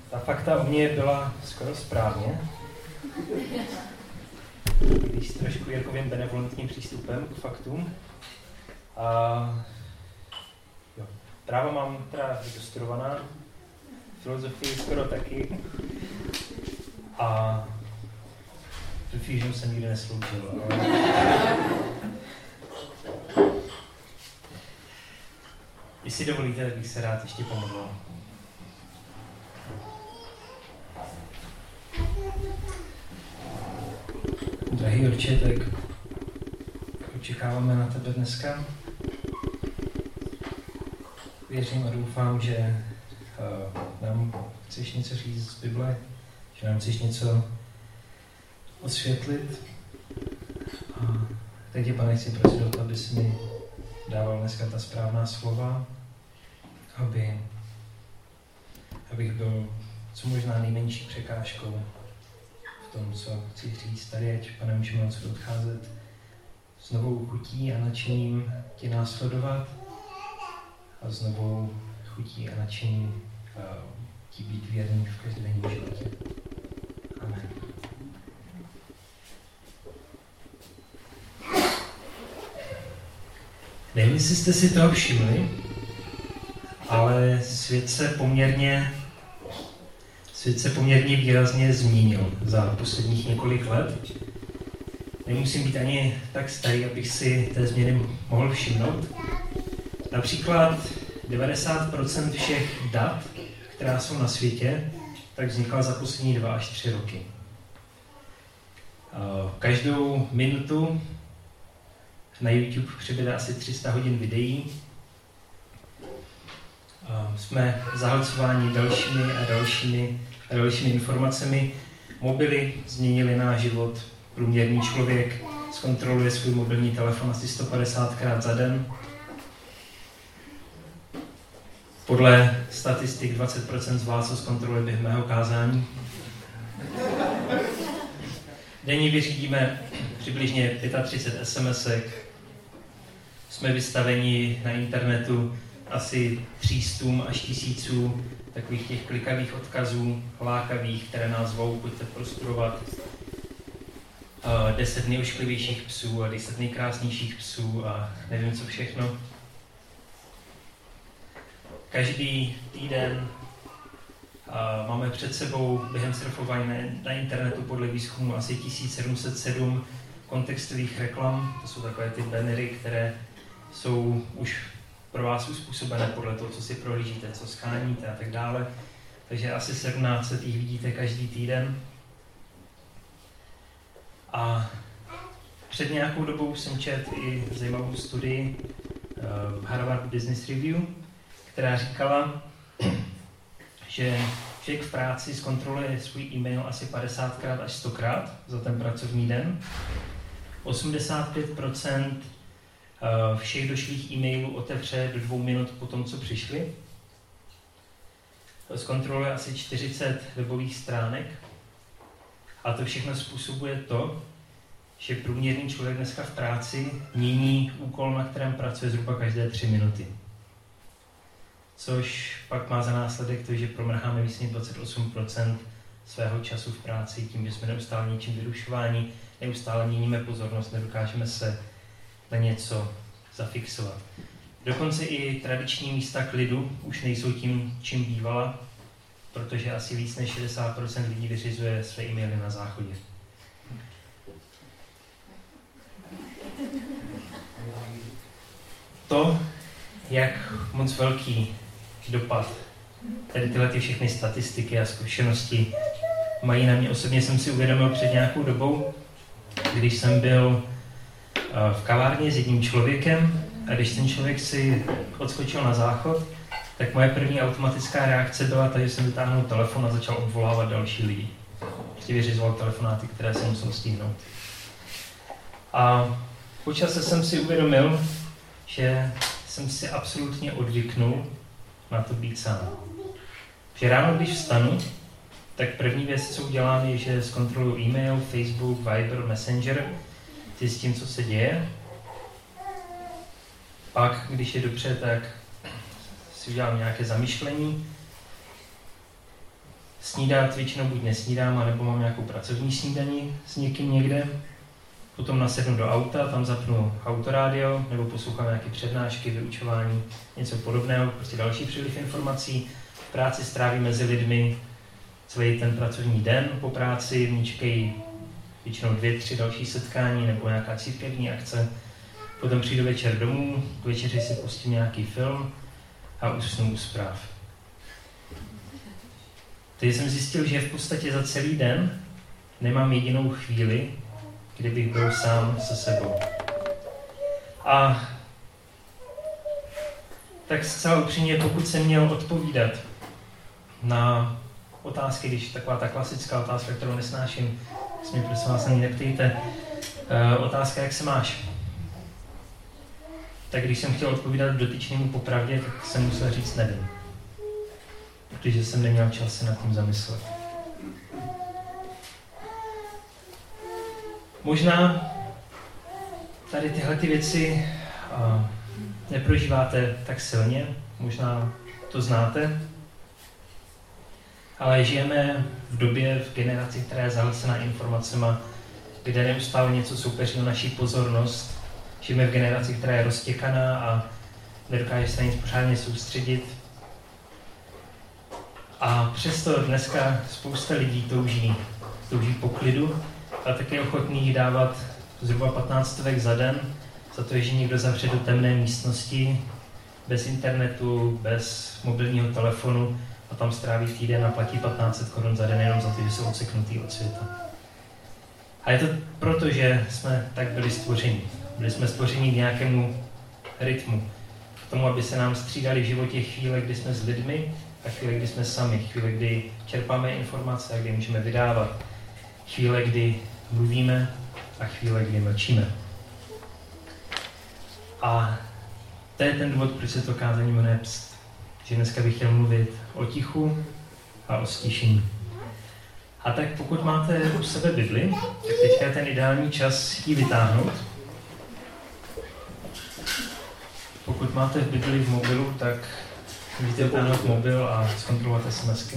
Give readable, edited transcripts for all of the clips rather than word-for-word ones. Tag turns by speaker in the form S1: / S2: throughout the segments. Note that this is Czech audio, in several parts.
S1: Ta fakta u mě byla skoro správně. Když s trošku Jirkovým benevolentním přístupem k faktům. Jo. Práva mám teda dostudovaná, filozofii skoro taky. A do Fusionu jsem nikdy nesloužil. Ale... Jestli dovolíte, tak bych se rád ještě pomodlil. Drahý Otče, tak očekáváme na tebe dneska. Věřím a doufám, že nám chceš něco říct z Bible, že nám chceš něco osvětlit. A tak tě, Pane, chci prosit o to, abys mi dával dneska ta správná slova, abych byl co možná nejmenší překážkou v tom, co chci říct tady, ať, Pane, můžeme odsud odcházet s novou chutí a nadšením tě následovat a s novou chutí a nadšením ti být věrný v každodenním životě. Amen. Nevím, jestli jste si toho všimli, ale svět se poměrně výrazně změnil za posledních několik let. Nemusím být ani tak starý, abych si té změny mohl všimnout. Například 90% všech dat, která jsou na světě, tak vznikla za poslední 2 až 3 roky. Každou minutu na YouTube přibyde asi 300 hodin videí. Jsme zahlcováni dalšími informacemi. Mobily změnily náš život. Průměrný člověk zkontroluje svůj mobilní telefon asi 150krát za den. Podle statistik 20% z vás ho zkontroluje během mého kázání. Denně vyřídíme přibližně 35 SMSek. Jsme vystaveni na internetu asi 300 až 1000 takových těch klikavých odkazů, lákavých, které nás zvou, pojďte prostudovat 10 nejošklivějších psů a 10 nejkrásnějších psů a nevím co všechno. Každý týden máme před sebou během surfování na internetu podle výzkumu asi 1707 kontextových reklam. To jsou takové ty bannery, které jsou už pro vás uspůsobené podle toho, co si prohlížíte, co sháníte a tak dále. Takže asi 1700 jich vidíte každý týden. A před nějakou dobou jsem četl i zajímavou studii Harvard Business Review, která říkala, že člověk v práci zkontroluje svůj e-mail asi 50krát až 100krát za ten pracovní den. 85% všech došlých e-mailů otevře do 2 minut po tom, co přišli. Zkontroluje asi 40 webových stránek. A to všechno způsobuje to, že průměrný člověk dneska v práci mění úkol, na kterém pracuje zhruba každé 3 minuty. Což pak má za následek to, že promrháme víc než 28% svého času v práci tím, že jsme neustále něčím vyrušováni, neustále měníme pozornost, nedokážeme se na něco zafixovat. Dokonce i tradiční místa klidu už nejsou tím, čím bývala, protože asi víc než 60% lidí vyřizuje své e-maily na záchodě. To, jak moc velký dopad tady tyhle všechny statistiky a zkušenosti mají na mě. Osobně jsem si uvědomil před nějakou dobou, když jsem byl v kavárně s jedním člověkem a když ten člověk si odskočil na záchod, tak moje první automatická reakce byla ta, že jsem vytáhnul telefon a začal obvolávat další lidi. Prostě vyřizoval telefonáty, které jsem musel stihnout. A po čase jsem si uvědomil, že jsem si absolutně odvyknul na to být sám. Že ráno, když vstanu, tak první věc, co udělám, je, že zkontroluji e-mail, Facebook, Viber, Messenger, zjistím, co se děje. Pak, když je dobře, tak si udělám nějaké zamyšlení. snídat většinou buď nesnídám, anebo mám nějakou pracovní snídaní s někým někde. Potom nasednu do auta, tam zapnu autorádio, nebo poslouchám nějaké přednášky, vyučování, něco podobného, prostě další příliv informací. V práci strávím mezi lidmi celý ten pracovní den. Po práci mě čekají většinou 2-3 další setkání nebo nějaká církevní akce. Potom přijdu večer domů, k večeři si pustím nějaký film a usnu u zpráv. Teď jsem zjistil, že v podstatě za celý den nemám jedinou chvíli, kdybych byl sám se sebou. A tak zcela upřímně, pokud jsem měl odpovídat na otázky, když taková ta klasická otázka, kterou nesnáším, s mě prosím vás ani neptejte, otázka, jak se máš? Tak když jsem chtěl odpovídat dotyčnému popravdě, tak jsem musel říct nevím. Protože jsem neměl čas se nad tím zamyslet. Možná tady tyhle ty věci neprožíváte tak silně, možná to znáte, ale žijeme v době, v generaci, která je zahlcená informacema, kde neustále něco soupeří o naší pozornost. Žijeme v generaci, která je roztěkaná a nedokáže se na nic pořádně soustředit. A přesto dneska spousta lidí touží po klidu, ale také je ochotný dávat zhruba 15 stovek za den, za to, že někdo zavře do temné místnosti, bez internetu, bez mobilního telefonu a tam stráví týden a platí 1500 korun za den jenom za to, že jsou odseknutý od světa. A je to proto, že jsme tak byli stvořeni. Byli jsme stvořeni k nějakému rytmu. K tomu, aby se nám střídali v životě chvíle, kdy jsme s lidmi a chvíle, kdy jsme sami. Chvíle, kdy čerpáme informace a kdy můžeme vydávat. Chvíle, kdy mluvíme a chvíle, kdy mlčíme. A to je ten důvod, proč se to kázání jmenuje Pst. Že dneska bych chtěl mluvit o tichu a o stišení. A tak pokud máte u sebe Bibli, tak teďka je ten ideální čas ji vytáhnout. Pokud máte v Bibli v mobilu, tak můžete vytáhnout mobil a zkontrolovat SMSky.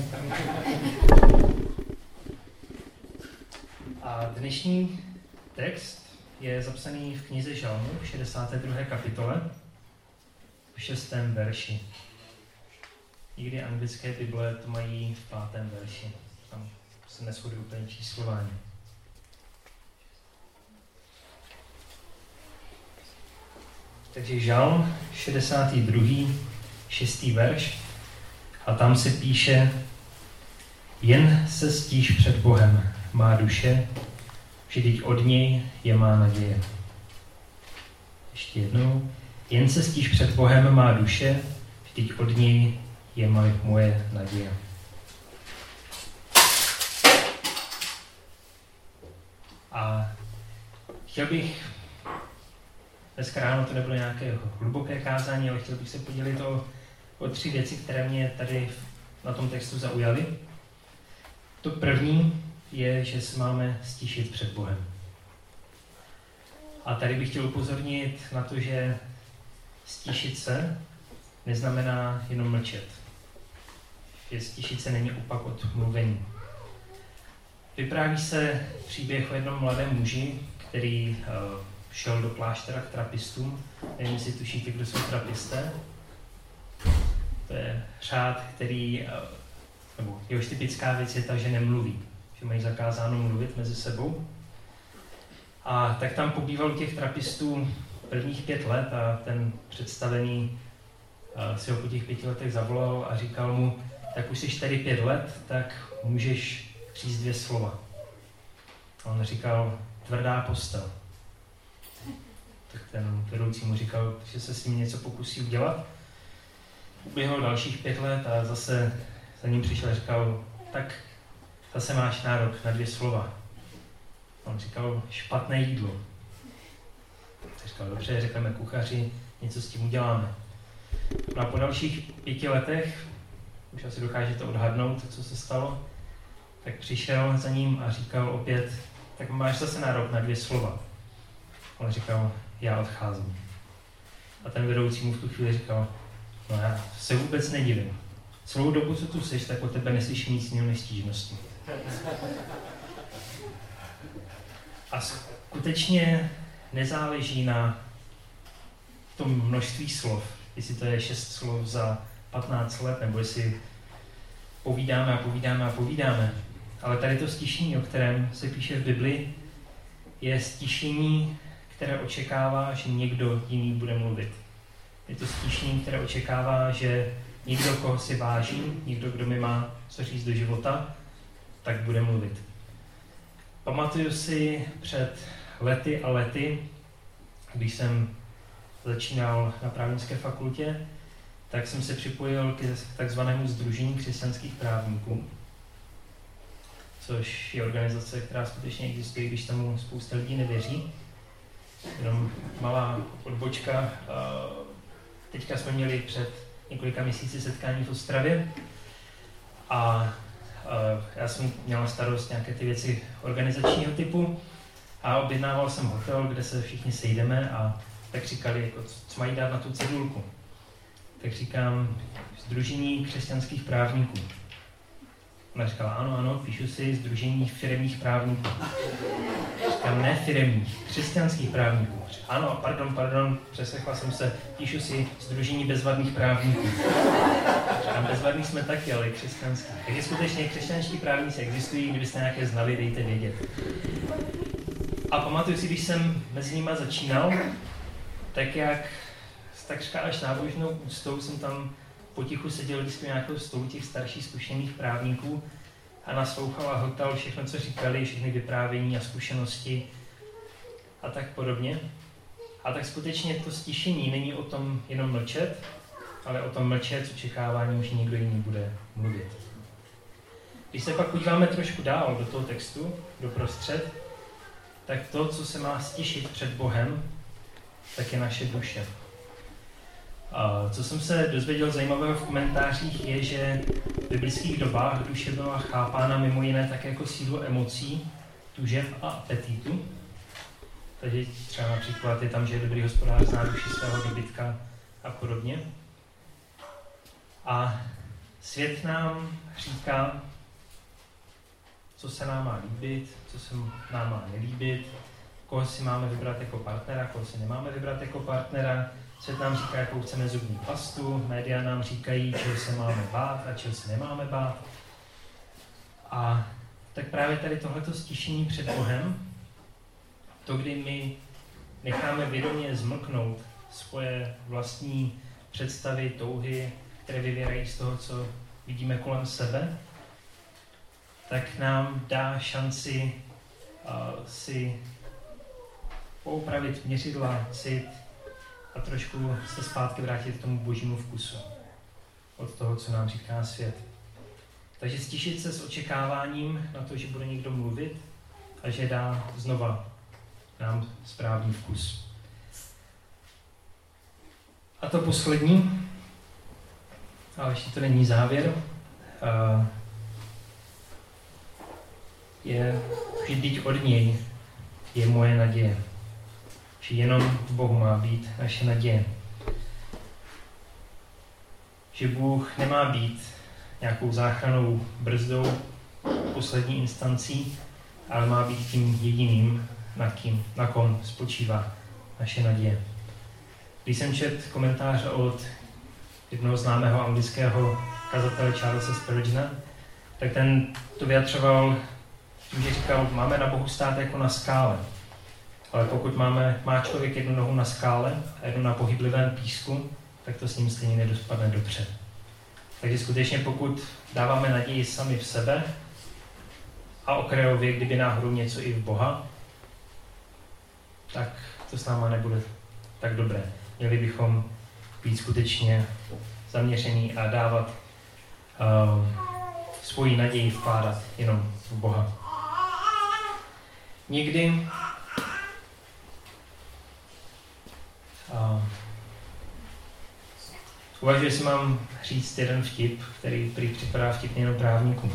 S1: A dnešní text je zapsaný v knize Žalmů v 62. kapitole v 6. verši. Někdy anglické Bible to mají v 5. verši. Tam se neshoduje úplně číslování. Takže Žalm 62. 6. verš a tam se píše: jen se stíš před Bohem, má duše, vždyť od něj je má naděje. Ještě jednou. Jen se stíš před Bohem, má duše, vždyť od něj je moje naděje. A chtěl bych, dneska ráno to nebylo nějaké hluboké kázání, ale chtěl bych se podělit o 3 věci, které mě tady na tom textu zaujaly. To první je, že se máme stišit před Bohem. A tady bych chtěl upozornit na to, že stišit se neznamená jenom mlčet. Že stišit se není opak od mluvení. Vypráví se příběh o jednom mladém muži, který šel do kláštera k trapistům. Nevím, jestli tušíte, kdo jsou trapisté. To je řád, nebo jehož typická věc je ta, že nemluví. Že mají zakázáno mluvit mezi sebou. A tak tam pobýval těch trapistů prvních 5 let a ten představený si ho po těch 5 letech zavolal a říkal mu: tak už jsi tady 5 let, tak můžeš říct 2 slova. A on říkal: tvrdá postel. Tak ten vedoucí mu říkal, že se s ním něco pokusí udělat. Uběhlo dalších 5 let a zase za ním přišel a říkal: tak zase máš nárok na 2 slova. A on říkal: špatné jídlo. Tak říkal: dobře, řekneme kuchaři, něco s tím uděláme. No a po dalších 5 letech, už asi dokážete odhadnout, co se stalo, tak přišel za ním a říkal opět: tak máš zase nárok na 2 slova. On říkal: já odcházím. A ten vedoucí mu v tu chvíli říkal: no já se vůbec nedivím. celou dobu, co tu jsi, tak o tebe neslyším nic jiného než stížnosti. A skutečně nezáleží na tom množství slov, jestli to je 6 slov za 15 let, nebo jestli povídáme a povídáme a povídáme. Ale tady to stišení, o kterém se píše v Bibli, je stišení, které očekává, že někdo jiný bude mluvit. Je to stišení, které očekává, že někdo, koho si vážím, někdo, kdo mi má co říct do života, tak bude mluvit. Pamatuju si před lety a lety, když jsem začínal na právnické fakultě, tak jsem se připojil k takzvanému Sdružení křesťanských právníků, což je organizace, která skutečně existuje, když tomu spousta lidí nevěří. Jenom malá odbočka. Teďka jsme měli před několika měsíci setkání v Ostravě a já jsem měl na starost nějaké ty věci organizačního typu a objednával jsem hotel, kde se všichni sejdeme a tak říkali, jako, co mají dát na tu cedulku. Tak říkám, Sdružení křesťanských právníků. Ona říkala, ano, píšu si Sdružení firemních právníků. Říkám, ne firemních, křesťanských právníků. Ano, pardon, přeslechla jsem se, píšu si Sdružení bezvadných právníků. Říkám, bezvadných jsme taky, ale křesťanský. Takže skutečně křesťanští právníci existují, kdybyste nějaké znali, dejte vědět. A pamatuju si, když jsem mezi nimi začínal, tak jak takřka až nábožnou úctou jsem tam potichu seděl vždycky nějakou stolu těch starších zkušených právníků a naslouchal a hltal všechno, co říkali, všechny vyprávění a zkušenosti a tak podobně. A tak skutečně to stišení není o tom jenom mlčet, ale o tom mlčet s očekáváním, že někdo jiný bude mluvit. Když se pak podíváme trošku dál do toho textu, doprostřed, tak to, co se má stišit před Bohem, tak je naše duše. A co jsem se dozvěděl zajímavého v komentářích je, že v biblických dobách duše byla chápána mimo jiné tak jako sídlo emocí, tužeb a apetitu. Takže třeba například je tam, že je dobrý hospodář zná duši svého dobytka a podobně. A svět nám říká, co se nám má líbit, co se nám má nelíbit, koho si máme vybrat jako partnera, koho si nemáme vybrat jako partnera. Svět nám říká, jakou chceme zubní pastu, média nám říkají, čeho se máme bát a čeho se nemáme bát. A tak právě tady tohleto stišení před Bohem, to, kdy my necháme vědomě zmlknout svoje vlastní představy, touhy, které vyvěrají z toho, co vidíme kolem sebe, tak nám dá šanci si poupravit měřidla, cit a trošku se zpátky vrátit k tomu božímu vkusu od toho, co nám říká svět. Takže stišit se s očekáváním na to, že bude někdo mluvit a že dá znova nám správný vkus. A to poslední, ale ještě to není závěr, je, že vždyť od něj je moje naděje. Že jenom v Bohu má být naše naděje. Že Bůh nemá být nějakou záchrannou brzdou, poslední instancí, ale má být tím jediným, na kom spočívá naše naděje. Když jsem četl komentář od jednoho známého anglického kazatele Charlesa Spurgeona, tak ten to vyjadřoval tím, že říkal, máme na Bohu stát jako na skále. Ale pokud má člověk jednu nohu na skále a jednu na pohyblivém písku, tak to s ním stejně nedospadne dobře. Takže skutečně pokud dáváme naději sami v sebe a okrajově, kdyby náhodou něco i v Boha, tak to s náma nebude tak dobré. Měli bychom být skutečně zaměření a dávat svoji naději vkládat jenom v Boha. Někdy uvažuji, jestli mám říct jeden vtip, který připadá vtipně jenom právníkům.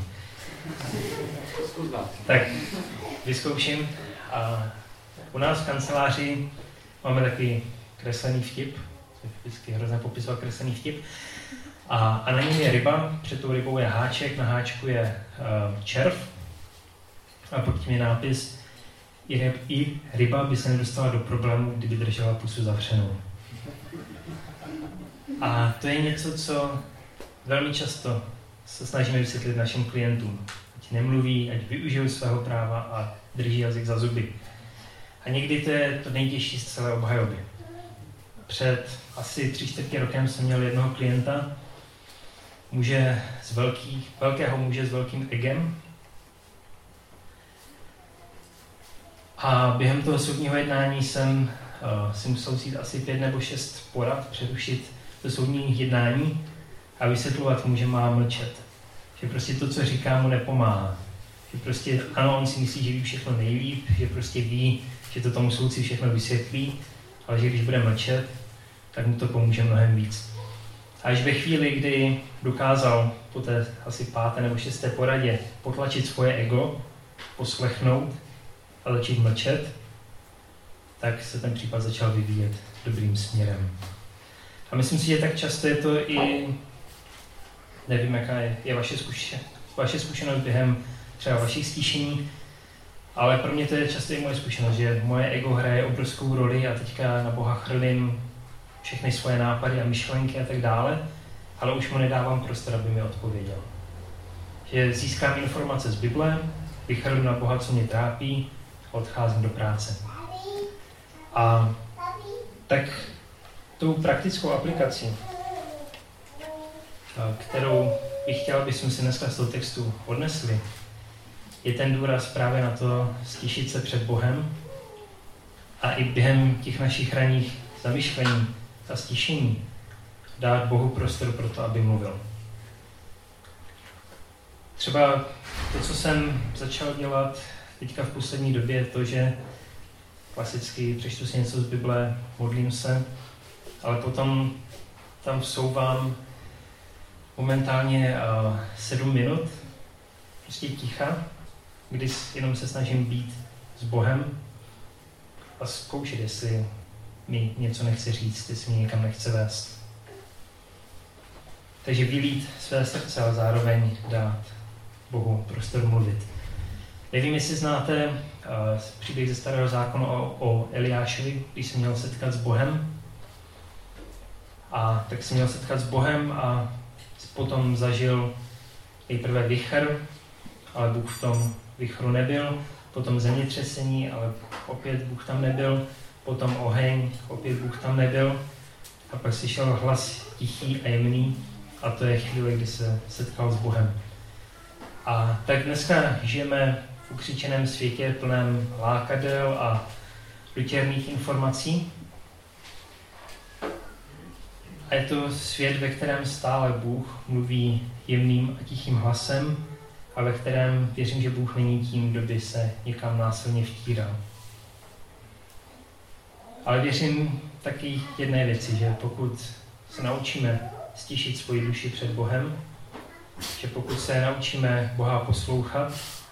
S1: Tak vyzkouším. U nás v kanceláři máme takový kreslený vtip, vždycky hrozně popisoval kreslený vtip. A na něm je ryba, před tou rybou je háček, na háčku je červ a pod tím je nápis i ryba by se nedostala do problému, kdyby držela pusu zavřenou. A to je něco, co velmi často se snažíme vysvětlit našim klientům. Ať nemluví, ať využijou svého práva a drží jazyk za zuby. A někdy to je to nejtěžší z celé obhajoby. Před asi 3/4 rokem jsem měl jednoho klienta, velkého muže s velkým egem. A během toho soudního jednání jsem si musel vzít asi 5 nebo 6 porad, přerušit to soudní jednání a vysvětlovat mu, že má mlčet. Že prostě to, co říká, mu nepomáhá. Že prostě, ano, on si myslí, že ví všechno nejlíp, že prostě ví, že to tomu soudci všechno vysvětlí, ale že když bude mlčet, tak mu to pomůže mnohem víc. A až ve chvíli, kdy dokázal po té asi 5. nebo 6. poradě potlačit svoje ego, poslechnout a začít mlčet, tak se ten případ začal vyvíjet dobrým směrem. A myslím si, že tak často je to i, nevím, jaká je vaše zkušenost během třeba vašich stíšení, ale pro mě to je často i moje zkušenost, že moje ego hraje obrovskou roli a teďka na Boha chrlím všechny svoje nápady a myšlenky a tak dále, ale už mu nedávám prostor, aby mi odpověděl. Že získám informace z Bible, vychrlím na Boha, co mě trápí a odcházím do práce. A tak tou praktickou aplikací, kterou bych chtěl, abychom si dneska z toho textu odnesli, je ten důraz právě na to stišit se před Bohem a i během těch našich ranních zamyšlení a stišení dát Bohu prostor pro to, aby mluvil. Třeba to, co jsem začal dělat teďka v poslední době, je to, že klasicky přečtu si něco z Bible, modlím se, ale potom tam vsouvám momentálně 7 minut prostě ticha, kdy jenom se snažím být s Bohem a zkoušet, jestli mi něco nechce říct, jestli mě někam nechce vést. Takže vylít své srdce, ale zároveň dát Bohu prostor mluvit. Nevím, jestli znáte příběh ze Starého zákona o Eliášovi, když se měl setkat s Bohem. A tak se měl setkat s Bohem a potom zažil nejprve vichr, ale Bůh v tom vichru nebyl, potom zemětřesení, ale opět Bůh tam nebyl, potom oheň, opět Bůh tam nebyl a pak slyšel hlas tichý a jemný a to je chvíle, kdy se setkal s Bohem. A tak dneska žijeme v ukřičeném světě plném lákadel a dotěrných informací. A je to svět, ve kterém stále Bůh mluví jemným a tichým hlasem a ve kterém věřím, že Bůh není tím, kdo by se někam násilně vtíral. Ale věřím taky jedné věci, že pokud se naučíme stišit svoji duši před Bohem, že pokud se naučíme Boha poslouchat,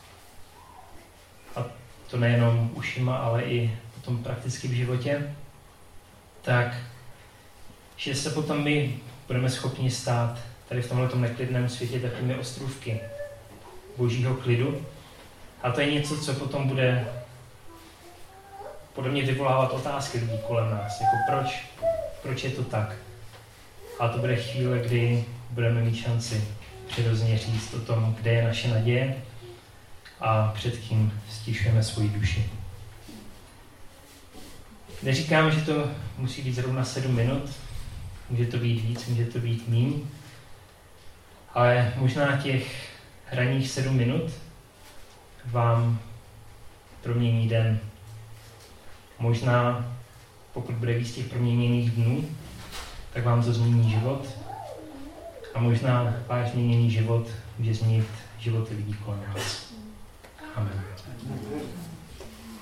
S1: a to nejenom ušima, ale i potom prakticky v životě, tak že se potom my budeme schopni stát tady v tomhletom neklidném světě takovými ostrůvky božího klidu. A to je něco, co potom bude podle mě vyvolávat otázky lidí kolem nás. Jako proč je to tak? A to bude chvíle, kdy budeme mít šanci přirozeně říct o tom, kde je naše naděje a před kým stišujeme svoji duši. Neříkám, že to musí být zrovna 7 minut, může to být víc, může to být míň, ale možná těch ranních 7 minut vám promění den. Možná, pokud bude víc těch proměněných dnů, tak vám to změní život. A možná váš změněný život může změnit životy lidí kolem vás. Amen.